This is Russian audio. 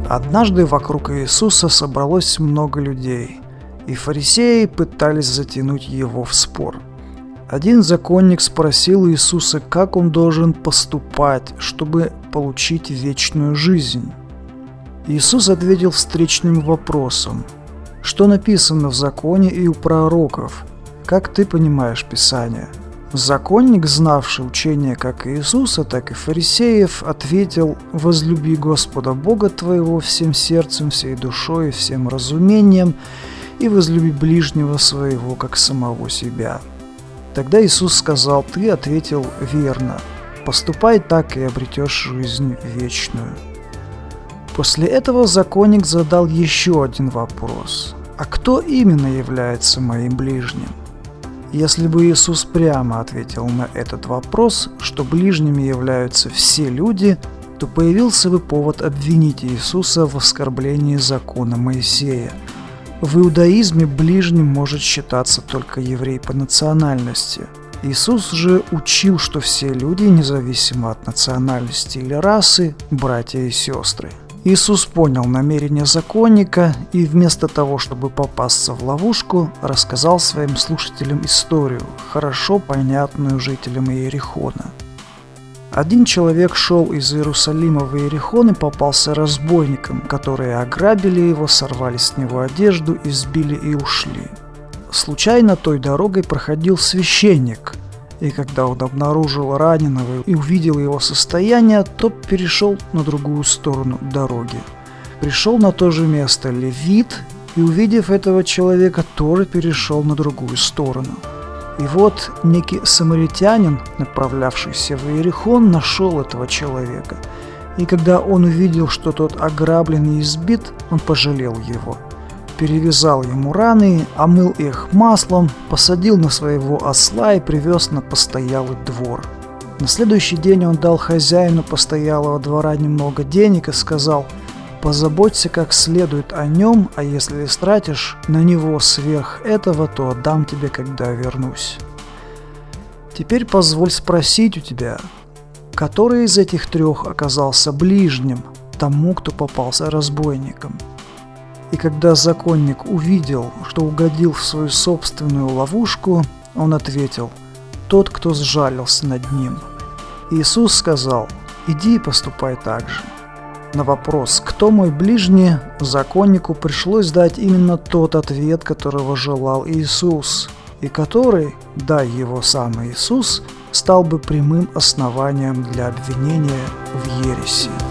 Однажды вокруг Иисуса собралось много людей, и фарисеи пытались затянуть его в спор. Один законник спросил Иисуса, как он должен поступать, чтобы получить вечную жизнь. Иисус ответил встречным вопросом: «Что написано в законе и у пророков? Как ты понимаешь Писание?» Законник, знавший учение как Иисуса, так и фарисеев, ответил: «Возлюби Господа Бога твоего всем сердцем, всей душой и всем разумением, и возлюби ближнего своего, как самого себя». Тогда Иисус сказал: «Ты ответил верно. Поступай так, и обретешь жизнь вечную». После этого законник задал еще один вопрос: «А кто именно является моим ближним?» Если бы Иисус прямо ответил на этот вопрос, что ближними являются все люди, то появился бы повод обвинить Иисуса в оскорблении закона Моисея. В иудаизме ближним может считаться только еврей по национальности. Иисус же учил, что все люди, независимо от национальности или расы, братья и сестры. Иисус понял намерение законника и вместо того, чтобы попасться в ловушку, рассказал своим слушателям историю, хорошо понятную жителям Иерихона. Один человек шел из Иерусалима в Иерихон и попался разбойникам, которые ограбили его, сорвали с него одежду, избили и ушли. Случайно той дорогой проходил священник, и когда он обнаружил раненого и увидел его состояние, то перешел на другую сторону дороги. Пришел на то же место левит, и, увидев этого человека, тоже перешел на другую сторону. И вот некий самаритянин, направлявшийся в Иерихон, нашел этого человека. И когда он увидел, что тот ограблен и избит, он пожалел его. Перевязал ему раны, омыл их маслом, посадил на своего осла и привез на постоялый двор. На следующий день он дал хозяину постоялого двора немного денег и сказал: «Позаботься как следует о нем, а если истратишь на него сверх этого, то отдам тебе, когда вернусь». Теперь позволь спросить у тебя, который из этих трех оказался ближним тому, кто попался разбойником? И когда законник увидел, что угодил в свою собственную ловушку, он ответил: «Тот, кто сжалился над ним». Иисус сказал: «Иди и поступай так же». На вопрос «Кто мой ближний?», законнику пришлось дать именно тот ответ, которого желал Иисус, и который, дай его сам Иисус, стал бы прямым основанием для обвинения в ереси.